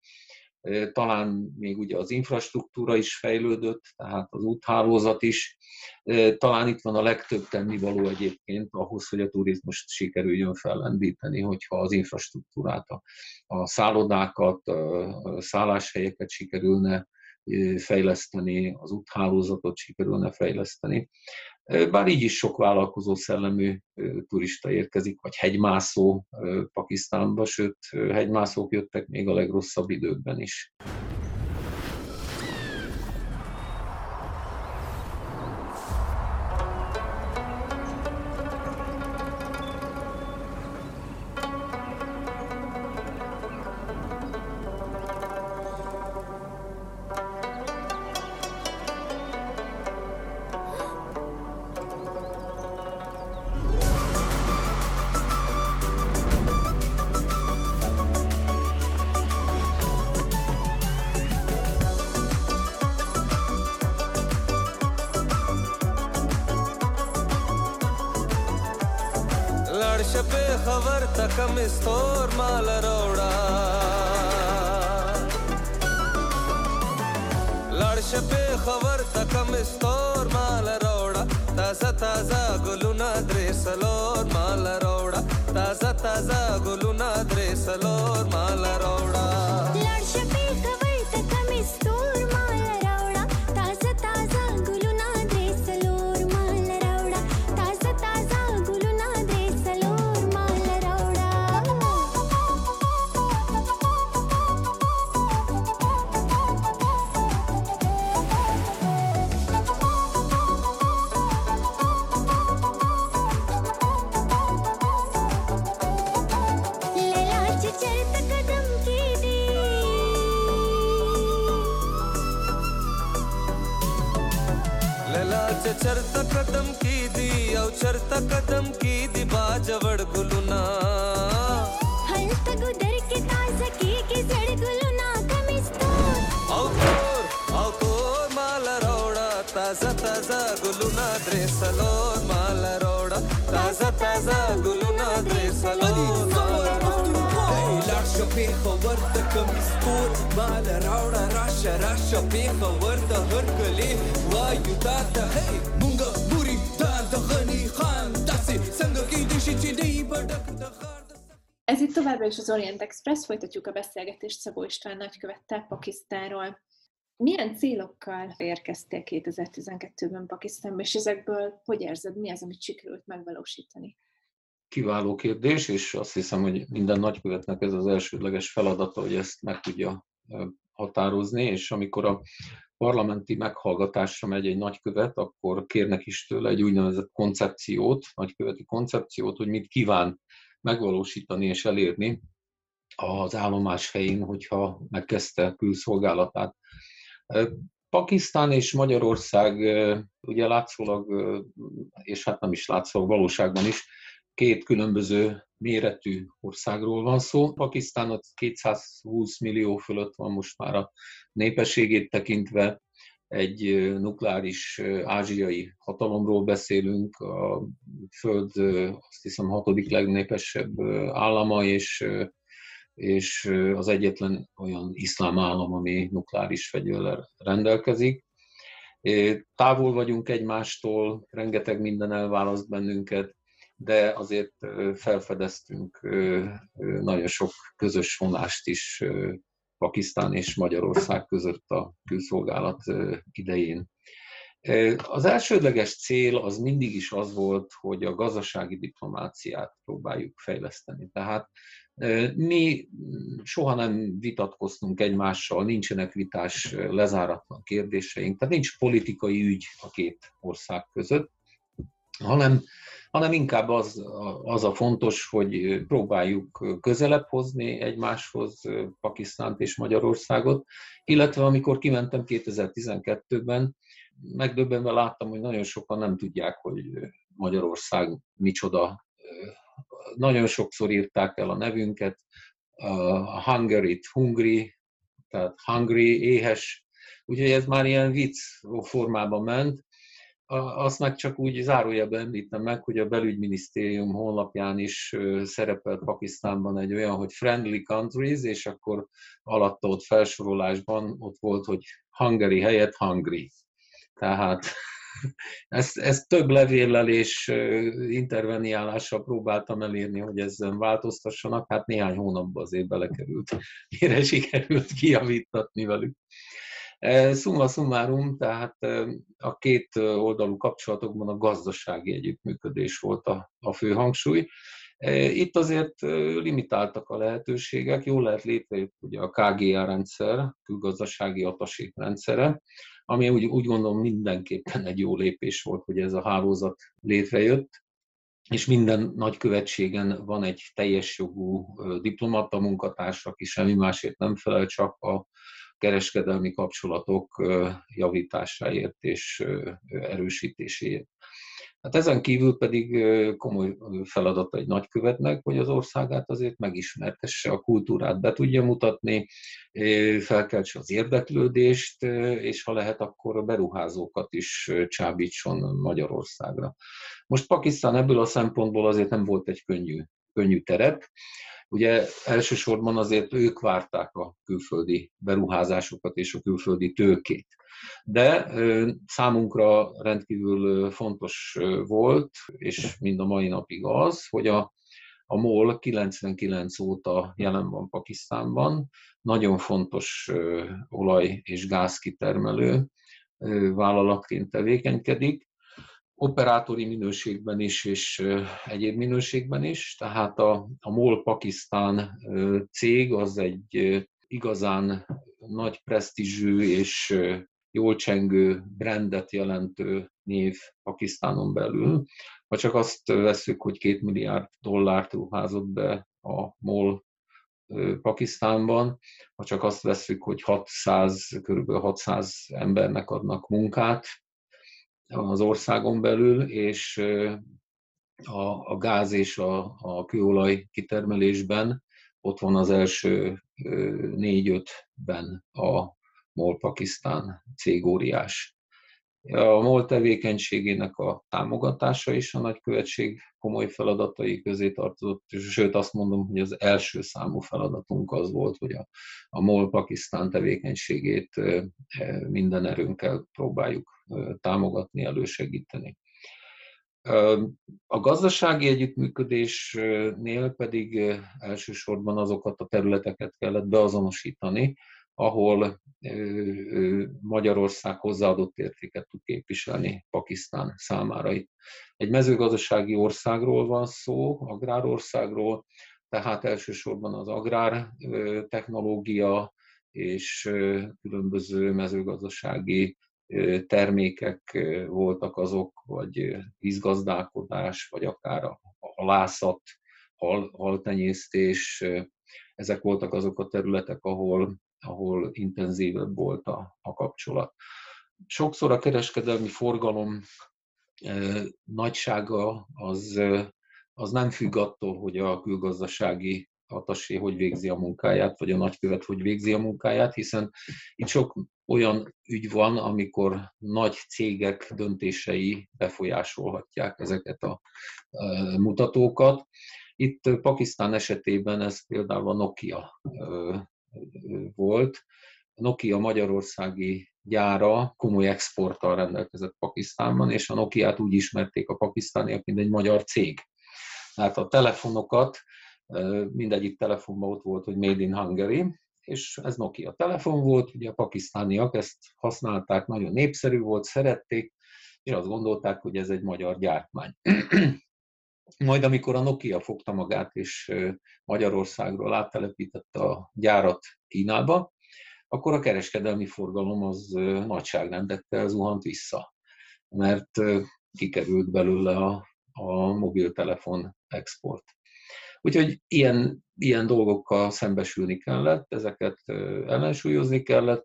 Talán még ugye az infrastruktúra is fejlődött, tehát az úthálózat is. Talán itt van a legtöbb tennivaló egyébként ahhoz, hogy a turizmust sikerüljön fellendíteni, hogyha az infrastruktúrát, a szállodákat, a szálláshelyeket sikerülne fejleszteni, az úthálózatot sikerülne fejleszteni. Bár így is sok vállalkozó szellemű turista érkezik, vagy hegymászó Pakisztánba, sőt, hegymászók jöttek még a legrosszabb időkben is. शबे खबर तकम इस्तोर माल रोड़ा लड़ शबे खबर तकम इस्तोर माल रोड़ा ताजा ताजा गुलुना द्रेसलोर माल रोड़ा ताजा ताजा गुलुना द्रेसलोर माल रोड़ा लड़ शबे खबर तकम इस्तोर माल रोड़ा ताजा ताजा गुलुना द्रेसलोर माल रोड़ा ताजा ताजा गुलुना चरता कदम की दी औ चरता कदम की दी बाजवड़ गुलुना हल तक उधर के ताजा की जड़ गुलुना कमिस्तोर औ तोर माल रोड़ा ताजा ताजा गुलुना द्रेसलोर माल रोड़ा ताजा ताजा गुलुना द्रेसलोर माल रोड़ा Rasha peha varta kamistur Bala rauda rasha rasha peha varta harkale Vayutata hey Munga muri tanta khani khan Tasi sanga ki dishi chidei badak dakhar. Ez itt továbbra is az Orient Express, folytatjuk a beszélgetést Szabó István nagykövettel Pakisztánról. Milyen célokkal érkeztél 2012-ben Pakisztánba, és ezekből hogy érzed, mi az, amit sikerült megvalósítani? Kiváló kérdés, és azt hiszem, hogy minden nagykövetnek ez az elsődleges feladata, hogy ezt meg tudja határozni, és amikor a parlamenti meghallgatásra megy egy nagykövet, akkor kérnek is tőle egy úgynevezett koncepciót, nagyköveti koncepciót, hogy mit kíván megvalósítani és elérni az állomás helyén, hogyha megkezdte külszolgálatát. Pakisztán és Magyarország ugye látszólag, és hát nem is látszólag, valóságban is, két különböző méretű országról van szó. Pakisztán 220 millió fölött van most már a népességét tekintve, egy nukleáris ázsiai hatalomról beszélünk, a Föld azt hiszem 6. legnépesebb állama, és az egyetlen olyan iszlám állam, ami nukleáris fegyverrel rendelkezik. Távol vagyunk egymástól, rengeteg minden elválaszt bennünket, de azért felfedeztünk nagyon sok közös vonást is Pakisztán és Magyarország között a külszolgálat idején. Az elsődleges cél az mindig is az volt, hogy a gazdasági diplomáciát próbáljuk fejleszteni. Tehát mi soha nem vitatkoztunk egymással, nincsenek vitás, lezáratlan kérdéseink, tehát nincs politikai ügy a két ország között, hanem inkább az a fontos, hogy próbáljuk közelebb hozni egymáshoz Pakisztánt és Magyarországot, illetve amikor kimentem 2012-ben, megdöbbenve láttam, hogy nagyon sokan nem tudják, hogy Magyarország micsoda. Nagyon sokszor írták el a nevünket, Hungary, hungry, tehát hungry, éhes, úgyhogy ez már ilyen vicc formában ment. Azt meg csak úgy zárójelben említem meg, hogy a belügyminisztérium honlapján is szerepelt Pakisztánban egy olyan, hogy friendly countries, és akkor alatta ott felsorolásban ott volt, hogy Hungary helyett hungry. Tehát ezt több levéllel és interveniálással próbáltam elérni, hogy ezzel változtassanak, hát néhány hónapban azért belekerült, mire sikerült kijavítatni velük. Summa summarum, tehát a két oldalú kapcsolatokban a gazdasági együttműködés volt a fő hangsúly. Itt azért limitáltak a lehetőségek, jól lehet létrejött ugye a KGA rendszer, külgazdasági attaché rendszere, ami úgy gondolom mindenképpen egy jó lépés volt, hogy ez a hálózat létrejött, és minden nagykövetségen van egy teljes jogú diplomata munkatárs, aki semmi másért nem felel, csak a kereskedelmi kapcsolatok javításáért és erősítéséért. Hát ezen kívül pedig komoly feladata egy nagykövetnek, hogy az országát azért megismertesse, a kultúrát be tudja mutatni, felkeltse az érdeklődést, és ha lehet, akkor a beruházókat is csábítson Magyarországra. Most Pakisztán ebből a szempontból azért nem volt egy könnyű terep. Ugye elsősorban azért ők várták a külföldi beruházásokat és a külföldi tőkét. De számunkra rendkívül fontos volt, és mind a mai napig az, hogy a MOL 99 óta jelen van Pakisztánban, nagyon fontos olaj- és gázkitermelő vállalatként tevékenykedik, operátori minőségben is, és egyéb minőségben is. Tehát a MOL Pakisztán cég az egy igazán nagy presztízsű és jól csengő brandet jelentő név Pakisztánon belül. Ha csak azt vesszük, hogy $2 milliárd ruházott be a MOL Pakisztánban, ha csak azt vesszük, hogy kb. 600 embernek adnak munkát az országon belül, és a gáz és a kőolaj kitermelésben ott van az első 4-5-ben a MOL Pakisztán cégóriás. A MOL tevékenységének a támogatása is a nagykövetség komoly feladatai közé tartozott, sőt azt mondom, hogy az első számú feladatunk az volt, hogy a MOL Pakisztán tevékenységét minden erőnkkel próbáljuk támogatni, elősegíteni. A gazdasági együttműködésnél pedig elsősorban azokat a területeket kellett beazonosítani, ahol Magyarország hozzáadott értéket tud képviselni Pakisztán számára. Itt egy mezőgazdasági országról van szó, agrárországról, tehát elsősorban az agrártechnológia és különböző mezőgazdasági termékek voltak azok, vagy vízgazdálkodás, vagy akár a halászat, haltenyésztés. Ezek voltak azok a területek, ahol intenzívebb volt a kapcsolat. Sokszor a kereskedelmi forgalom nagysága az nem függ attól, hogy a külgazdasági attaché hogy végzi a munkáját, vagy a nagykövet hogy végzi a munkáját, hiszen itt sok olyan ügy van, amikor nagy cégek döntései befolyásolhatják ezeket a mutatókat. Itt Pakisztán esetében ez például a Nokia volt. A Nokia magyarországi gyára komoly exporttal rendelkezett Pakisztánban, és a Nokiát úgy ismerték a pakisztániak, mint egy magyar cég. Tehát a telefonokat, mindegyik telefonban ott volt, hogy Made in Hungary, és ez Nokia telefon volt, ugye a pakisztániak ezt használták, nagyon népszerű volt, szerették, és azt gondolták, hogy ez egy magyar gyártmány. Majd amikor a Nokia fogta magát, és Magyarországról áttelepítette a gyárat Kínába, akkor a kereskedelmi forgalom az nagyságrendekkel zuhant vissza, mert kikerült belőle a mobiltelefon export. Úgyhogy ilyen dolgokkal szembesülni kellett, ezeket ellensúlyozni kellett,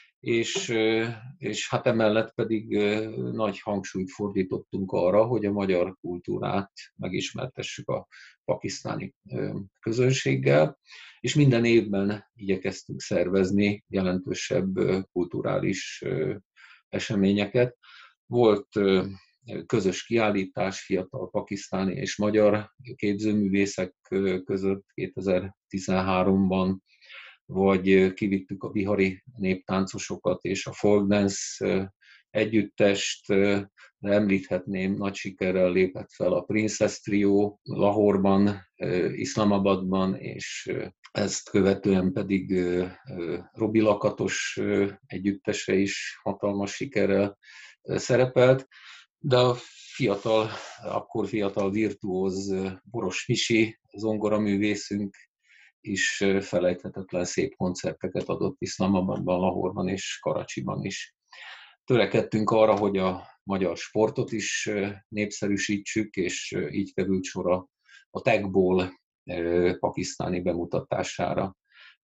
és hát emellett pedig nagy hangsúlyt fordítottunk arra, hogy a magyar kultúrát megismertessük a pakisztáni közönséggel, és minden évben igyekeztünk szervezni jelentősebb kulturális eseményeket. Volt közös kiállítás fiatal pakisztáni és magyar képzőművészek között 2013-ban, vagy kivittük a bihari néptáncosokat és a folk dance együttest, de említhetném, nagy sikerrel lépett fel a Princess Trio Lahorban, Iszlamabadban, és ezt követően pedig Robi Lakatos együttese is hatalmas sikerrel szerepelt, de a akkor fiatal virtuóz Boros Misi, zongoraművészünk is felejthetetlen szép koncerteket adott Iszlamabadban, Lahorban és Karacsiban is. Törekedtünk arra, hogy a magyar sportot is népszerűsítsük, és így került sor a tagball pakisztáni bemutatására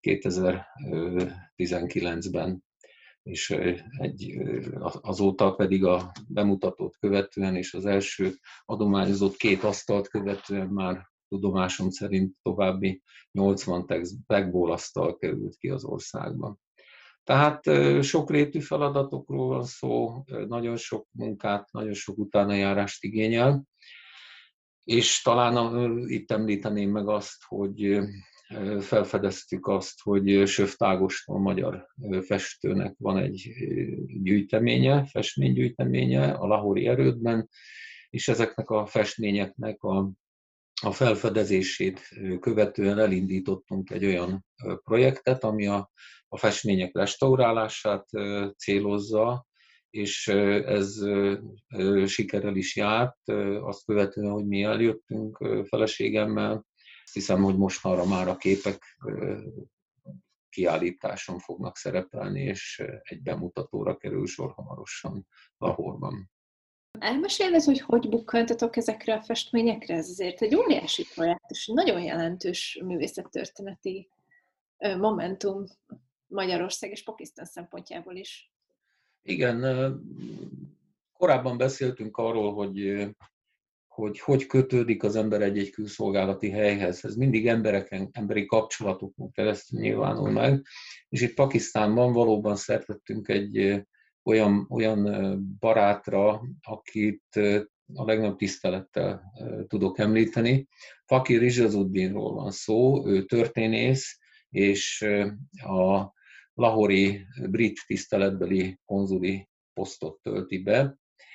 2019-ben, és azóta pedig a bemutatót követően és az első adományozott 2 asztalt követően már tudomásom szerint további 80 tagball asztal került ki az országban. Tehát sokrétű feladatokról van szó, nagyon sok munkát, nagyon sok utánajárást igényel, és talán itt említeném meg azt, hogy felfedeztük azt, hogy Söft Ágoston magyar festőnek van egy gyűjteménye, festménygyűjteménye a lahori erődben, és ezeknek a festményeknek a felfedezését követően elindítottunk egy olyan projektet, ami a festmények restaurálását célozza, és ez sikerrel is járt, azt követően, hogy mi eljöttünk feleségemmel. Azt hiszem, hogy mostanra már a képek kiállításon fognak szerepelni, és egy bemutatóra kerül sor hamarosan Lahorban. Elmeséled, hogy bukkantatok ezekre a festményekre? Ez azért egy óriási projekt, és nagyon jelentős művészettörténeti momentum Magyarország és Pakisztán szempontjából is. Igen, korábban beszéltünk arról, hogy kötődik az ember egy külszolgálati helyhez. Ez mindig emberi kapcsolatokon keresztül nyilvánul meg. És itt Pakisztánban valóban szertettünk egy olyan barátra, akit a legnagyobb tisztelettel tudok említeni. Fakir Rizsazuddinról van szó, ő történész, és a lahori brit tiszteletbeli konzuli posztot tölti be.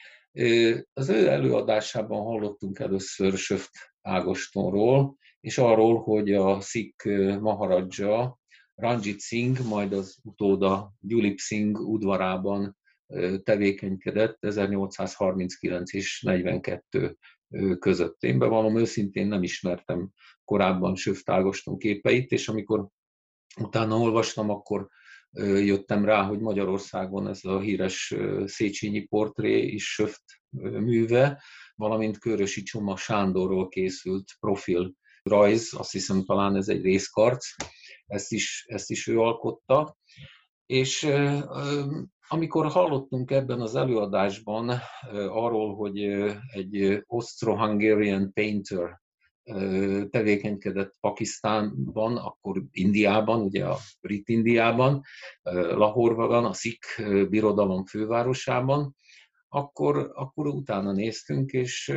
Az ő előadásában hallottunk először Söft Ágostonról, és arról, hogy a Sikh Maharaja Ranjit Singh, majd az utóda Dulip Singh udvarában tevékenykedett 1839 és 42 között. Én bevallom őszintén nem ismertem korábban Söft Ágoston képeit, és amikor utána olvastam, akkor jöttem rá, hogy Magyarországon ez a híres Széchenyi portré is Söft műve, valamint Kőrösi Csoma Sándorról készült profil rajz, azt hiszem talán ez egy részkarc, ezt is ő alkotta. És amikor hallottunk ebben az előadásban arról, hogy egy Austro-Hungarian painter tevékenykedett Pakisztánban, akkor Indiában, ugye a Brit Indiában, Lahorban, a Sikh birodalom fővárosában, akkor utána néztünk, és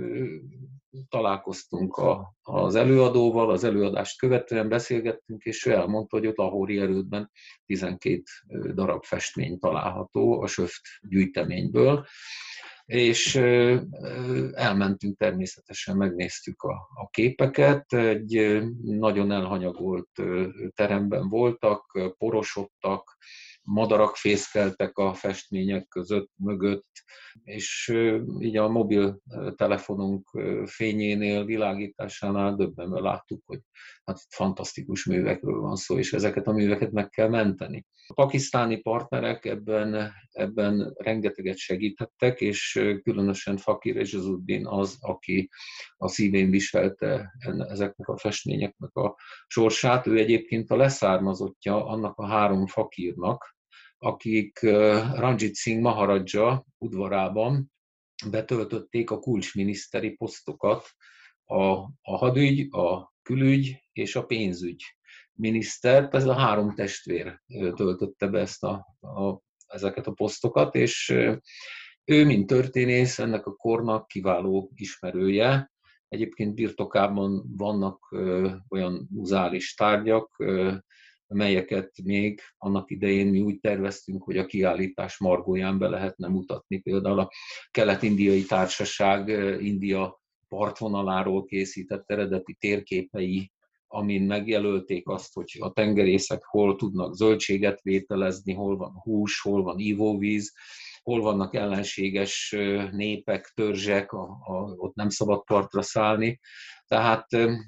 találkoztunk az előadóval, az előadást követően beszélgettünk, és ő elmondta, hogy ott lahori erődben 12 darab festmény található a Söft gyűjteményből, és elmentünk természetesen, megnéztük a képeket, egy nagyon elhanyagolt teremben voltak, porosodtak, madarak fészkeltek a festmények mögött, és így a mobiltelefonunk fényénél, világításánál döbbenve láttuk, hogy hát fantasztikus művekről van szó, és ezeket a műveket meg kell menteni. A pakisztáni partnerek ebben rengeteget segítettek, és különösen Fakir Rizsazuddin az, aki a szívén viselte ezeknek a festményeknek a sorsát. Ő egyébként a leszármazottja annak a 3 fakírnak, akik Ranjit Singh Maharaja udvarában betöltötték a kulcsminiszteri posztokat, a hadügy, a külügy és a pénzügy minisztert. Ez a 3 testvér töltötte be ezeket a posztokat, és ő, mint történész, ennek a kornak kiváló ismerője. Egyébként birtokában vannak olyan muzeális tárgyak, melyeket még annak idején mi úgy terveztünk, hogy a kiállítás margóján be lehetne mutatni. Például a Kelet-indiai Társaság India partvonaláról készített eredeti térképei, amin megjelölték azt, hogy a tengerészek hol tudnak zöldséget vételezni, hol van hús, hol van ivóvíz, hol vannak ellenséges népek, törzsek, ott nem szabad partra szállni. Tehát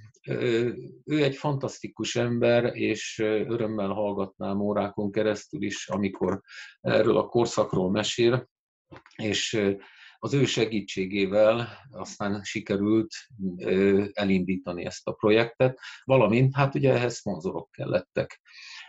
ő egy fantasztikus ember, és örömmel hallgatnám órákon keresztül is, amikor erről a korszakról mesél, és az ő segítségével aztán sikerült elindítani ezt a projektet, valamint hát ugye ehhez szponzorok kellettek,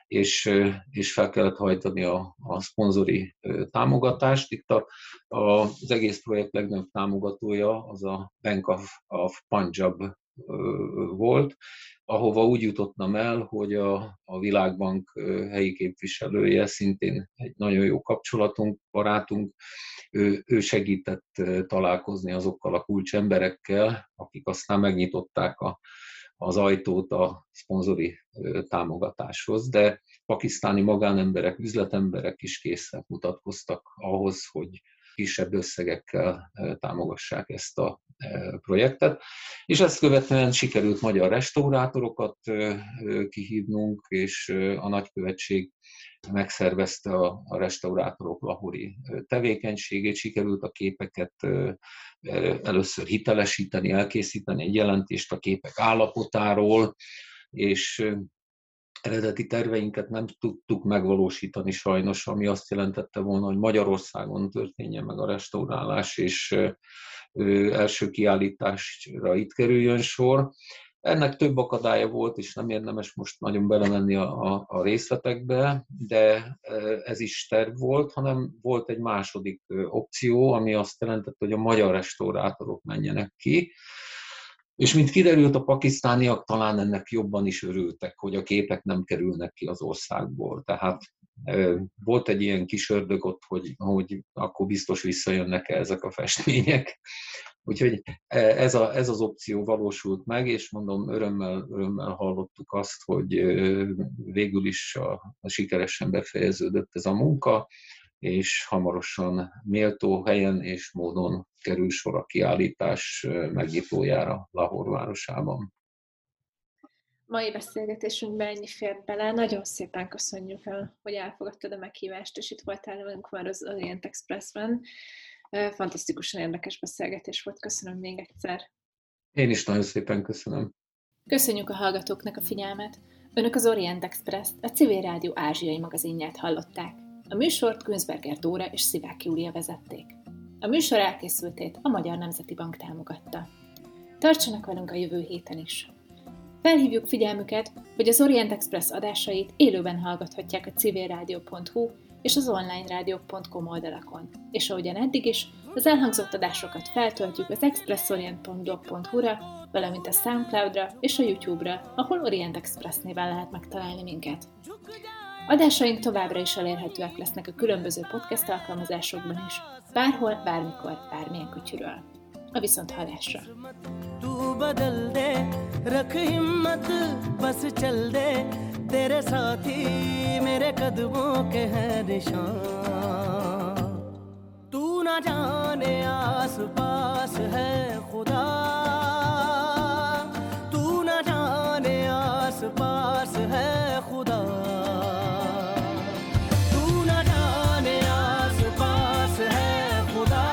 és fel kellett hajtani a szponzori támogatást. Itt az egész projekt legnagyobb támogatója az a Bank of Punjab volt, ahova úgy jutottam el, hogy a Világbank helyi képviselője, szintén egy nagyon jó kapcsolatunk, barátunk, ő segített találkozni azokkal a kulcsemberekkel, akik aztán megnyitották az ajtót a szponzori támogatáshoz, de pakisztáni magánemberek, üzletemberek is készen mutatkoztak ahhoz, hogy kisebb összegekkel támogassák ezt a projektet. És ezt követően sikerült magyar restaurátorokat kihívnunk, és a nagykövetség megszervezte a restaurátorok lahori tevékenységét, sikerült a képeket először hitelesíteni, elkészíteni egy jelentést a képek állapotáról, és eredeti terveinket nem tudtuk megvalósítani sajnos, ami azt jelentette volna, hogy Magyarországon történjen meg a restaurálás, és első kiállításra itt kerüljön sor. Ennek több akadálya volt, és nem érdemes most nagyon belemenni a részletekbe, de ez is terv volt, hanem volt egy második opció, ami azt jelentette, hogy a magyar restaurátorok menjenek ki. És mint kiderült, a pakisztániak talán ennek jobban is örültek, hogy a képek nem kerülnek ki az országból. Tehát volt egy ilyen kis ördög ott, hogy akkor biztos visszajönnek ezek a festmények. Úgyhogy ez az opció valósult meg, és mondom, örömmel hallottuk azt, hogy végül is sikeresen befejeződött ez a munka, és hamarosan méltó helyen és módon kerül sor a kiállítás megnyitójára Lahore városában. Mai beszélgetésünkben ennyi fért bele. Nagyon szépen köszönjük, hogy elfogadtad a meghívást, és itt voltál velünk már az Orient Expressben. Fantasztikusan érdekes beszélgetés volt. Köszönöm még egyszer. Én is nagyon szépen köszönöm. Köszönjük a hallgatóknak a figyelmet. Önök az Orient Express-t, a Civil Rádió ázsiai magazinját hallották. A műsort Günzberger Dóra és Szivák Júlia vezették. A műsor elkészültét a Magyar Nemzeti Bank támogatta. Tartsanak velünk a jövő héten is! Felhívjuk figyelmüket, hogy az Orient Express adásait élőben hallgathatják a civilradio.hu és az onlinerádió.com oldalakon. És ahogyan eddig is, az elhangzott adásokat feltöltjük az expressorient.blog.hu-ra, valamint a Soundcloud-ra és a YouTube-ra, ahol Orient Express néven lehet megtalálni minket. Adásaink továbbra is elérhetőek lesznek a különböző podcast alkalmazásokban is, bárhol, bármikor, bármilyen kütyűről. A viszonthallásra! तू बदल दे रख हिम्मत बस चल दे तेरे साथी मेरे कदमों के हैं निशान तू ना जाने आस पास है खुदा तू ना जाने आस पास है खुदा तू ना जाने आस पास है खुदा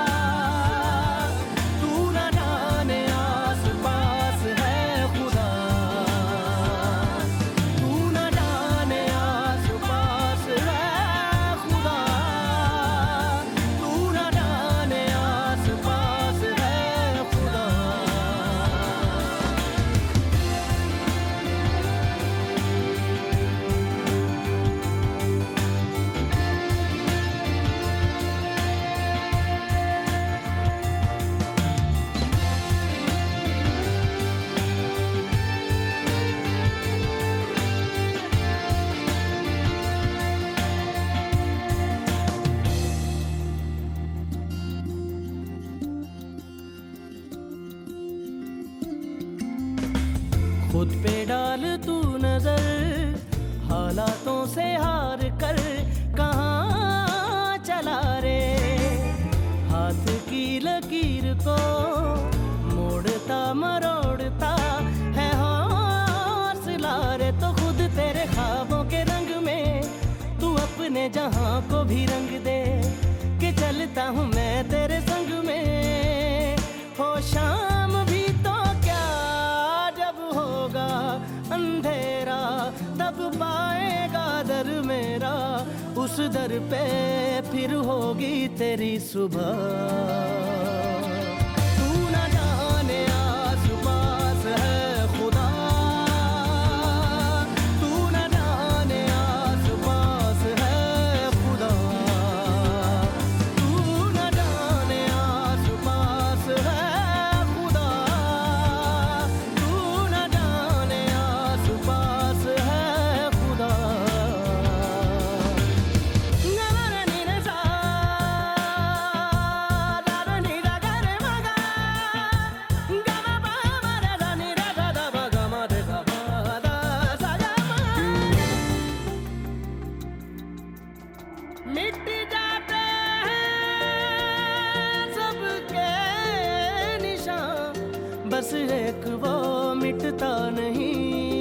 खुद पे डाल तू नजर हालातों से हार कर कहाँ चला रे हाथ की लकीर को मोड़ता मरोड़ता है हौसला रे तो खुद तेरे ख्वाबों के रंग में तू अपने जहां को भी रंग दे कि चलता हूँ मैं तेरे संग में हो शाम भी तो क्या जब होगा अंधेरा तब पाएगा दर मेरा उस दर पे फिर होगी तेरी सुबह बस एक वो मिटता नहीं